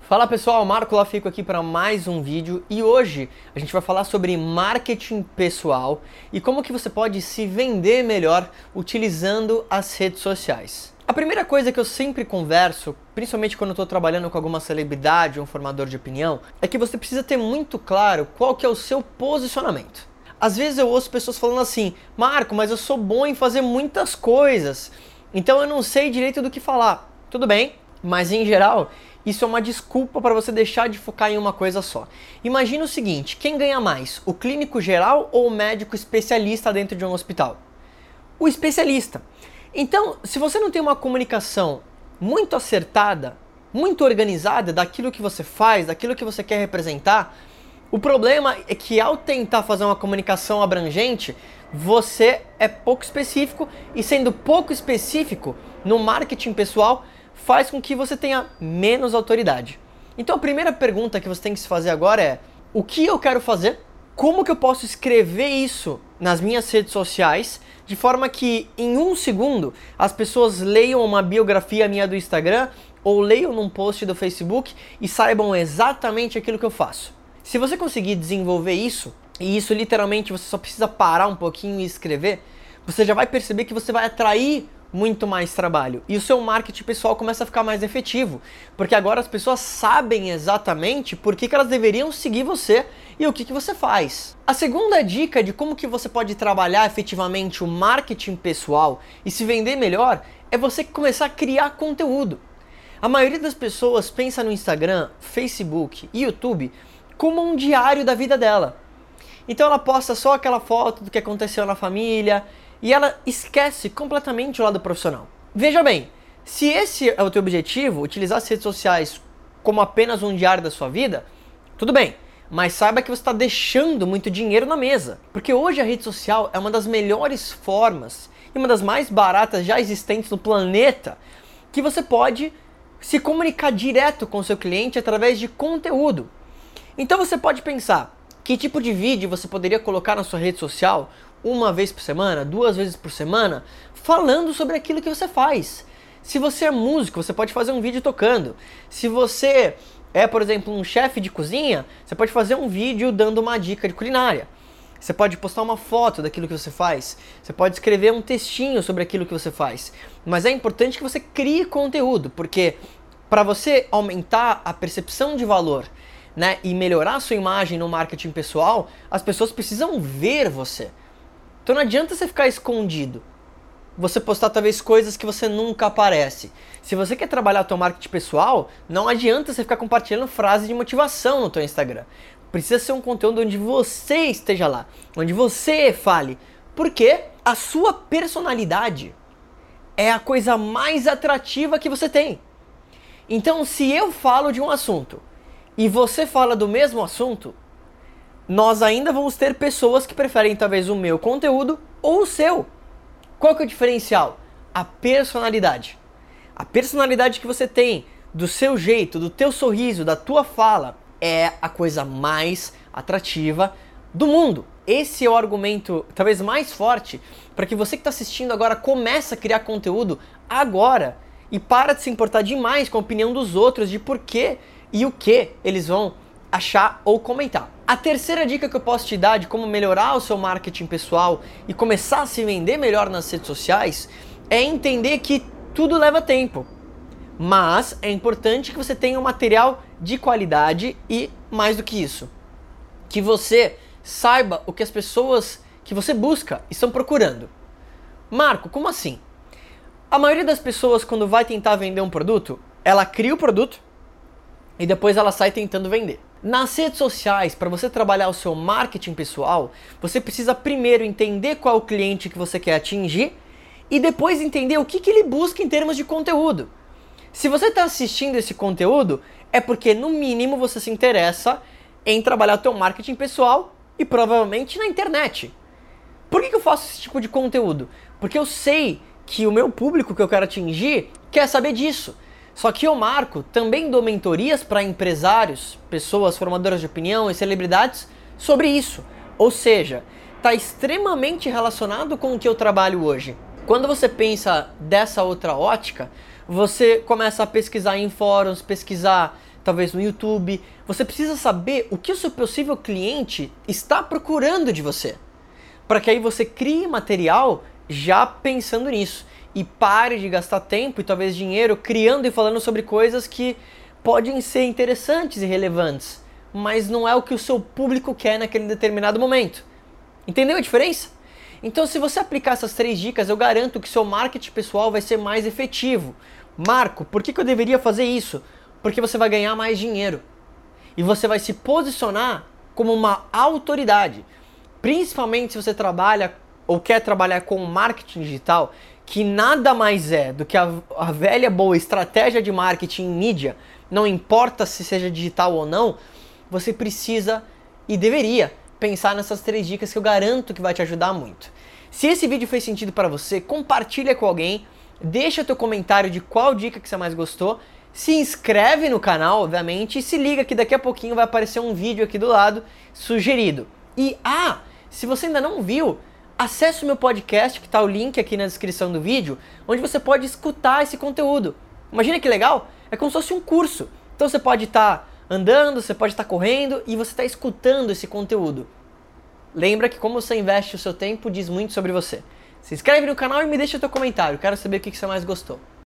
Fala pessoal, Marco Lafico aqui para mais um vídeo e hoje a gente vai falar sobre marketing pessoal e como que você pode se vender melhor utilizando as redes sociais. A primeira coisa que eu sempre converso, principalmente quando eu estou trabalhando com alguma celebridade ou um formador de opinião, é que você precisa ter muito claro qual que é o seu posicionamento. Às vezes eu ouço pessoas falando assim, Marco, mas eu sou bom em fazer muitas coisas, então eu não sei direito do que falar. Tudo bem, mas em geral isso é uma desculpa para você deixar de focar em uma coisa só. Imagina o seguinte, quem ganha mais, o clínico geral ou o médico especialista dentro de um hospital? O especialista. Então, se você não tem uma comunicação muito acertada, muito organizada daquilo que você faz, daquilo que você quer representar, o problema é que ao tentar fazer uma comunicação abrangente, você é pouco específico e sendo pouco específico no marketing pessoal, faz com que você tenha menos autoridade. Então a primeira pergunta que você tem que se fazer agora é: o que eu quero fazer? Como que eu posso escrever isso nas minhas redes sociais de forma que em um segundo as pessoas leiam uma biografia minha do Instagram ou leiam num post do Facebook e saibam exatamente aquilo que eu faço? Se você conseguir desenvolver isso, e isso literalmente você só precisa parar um pouquinho e escrever, você já vai perceber que você vai atrair muito mais trabalho. E o seu marketing pessoal começa a ficar mais efetivo, porque agora as pessoas sabem exatamente por que elas deveriam seguir você e o que você faz. A segunda dica de como que você pode trabalhar efetivamente o marketing pessoal e se vender melhor é você começar a criar conteúdo. A maioria das pessoas pensa no Instagram, Facebook e YouTube como um diário da vida dela. Então ela posta só aquela foto do que aconteceu na família, e ela esquece completamente o lado profissional. Veja bem, se esse é o teu objetivo, utilizar as redes sociais como apenas um diário da sua vida, tudo bem, mas saiba que você está deixando muito dinheiro na mesa. Porque hoje a rede social é uma das melhores formas e uma das mais baratas já existentes no planeta que você pode se comunicar direto com o seu cliente através de conteúdo. Então você pode pensar, que tipo de vídeo você poderia colocar na sua rede social uma vez por semana, 2 vezes por semana, falando sobre aquilo que você faz. Se você é músico, você pode fazer um vídeo tocando. Se você é, por exemplo, um chefe de cozinha, você pode fazer um vídeo dando uma dica de culinária. Você pode postar uma foto daquilo que você faz. Você pode escrever um textinho sobre aquilo que você faz. Mas é importante que você crie conteúdo, porque para você aumentar a percepção de valor, né, e melhorar a sua imagem no marketing pessoal, as pessoas precisam ver você. Então não adianta você ficar escondido. Você postar talvez coisas que você nunca aparece. Se você quer trabalhar o teu marketing pessoal, não adianta você ficar compartilhando frases de motivação no teu Instagram. Precisa ser um conteúdo onde você esteja lá, onde você fale. Porque a sua personalidade é a coisa mais atrativa que você tem. Então se eu falo de um assunto e você fala do mesmo assunto, nós ainda vamos ter pessoas que preferem talvez o meu conteúdo ou o seu. Qual que é o diferencial? A personalidade. A personalidade que você tem, do seu jeito, do teu sorriso, da tua fala, é a coisa mais atrativa do mundo. Esse é o argumento talvez mais forte para que você que está assistindo agora comece a criar conteúdo agora e para de se importar demais com a opinião dos outros de por quê e o que eles vão achar ou comentar. A terceira dica que eu posso te dar de como melhorar o seu marketing pessoal e começar a se vender melhor nas redes sociais é entender que tudo leva tempo. Mas é importante que você tenha um material de qualidade e, mais do que isso, que você saiba o que as pessoas que você busca estão procurando. Marco, como assim? A maioria das pessoas, quando vai tentar vender um produto, ela cria o produto e depois ela sai tentando vender. Nas redes sociais, para você trabalhar o seu marketing pessoal, você precisa primeiro entender qual é o cliente que você quer atingir e depois entender o que ele busca em termos de conteúdo. Se você está assistindo esse conteúdo, é porque no mínimo você se interessa em trabalhar o seu marketing pessoal e provavelmente na internet. Por que eu faço esse tipo de conteúdo? Porque eu sei que o meu público que eu quero atingir quer saber disso. Só que eu, Marco, também dou mentorias para empresários, pessoas formadoras de opinião e celebridades sobre isso. Ou seja, está extremamente relacionado com o que eu trabalho hoje. Quando você pensa dessa outra ótica, você começa a pesquisar em fóruns, pesquisar talvez no YouTube. Você precisa saber o que o seu possível cliente está procurando de você, para que aí você crie material já pensando nisso e pare de gastar tempo e talvez dinheiro criando e falando sobre coisas que podem ser interessantes e relevantes, mas não é o que o seu público quer naquele determinado momento. Entendeu a diferença? Então, se você aplicar essas 3 dicas, eu garanto que seu marketing pessoal vai ser mais efetivo. Marco, por que eu deveria fazer isso? Porque você vai ganhar mais dinheiro. E você vai se posicionar como uma autoridade. Principalmente se você trabalha ou quer trabalhar com marketing digital, que nada mais é do que a velha boa estratégia de marketing em mídia, não importa se seja digital ou não, você precisa e deveria pensar nessas 3 dicas que eu garanto que vai te ajudar muito. Se esse vídeo fez sentido para você, compartilha com alguém, deixa teu comentário de qual dica que você mais gostou, se inscreve no canal, obviamente, e se liga que daqui a pouquinho vai aparecer um vídeo aqui do lado sugerido. E se você ainda não viu, acesse o meu podcast, que está o link aqui na descrição do vídeo, onde você pode escutar esse conteúdo. Imagina que legal, é como se fosse um curso. Então você pode estar andando, você pode estar correndo e você está escutando esse conteúdo. Lembra que como você investe o seu tempo diz muito sobre você. Se inscreve no canal e me deixa teu comentário, quero saber o que você mais gostou.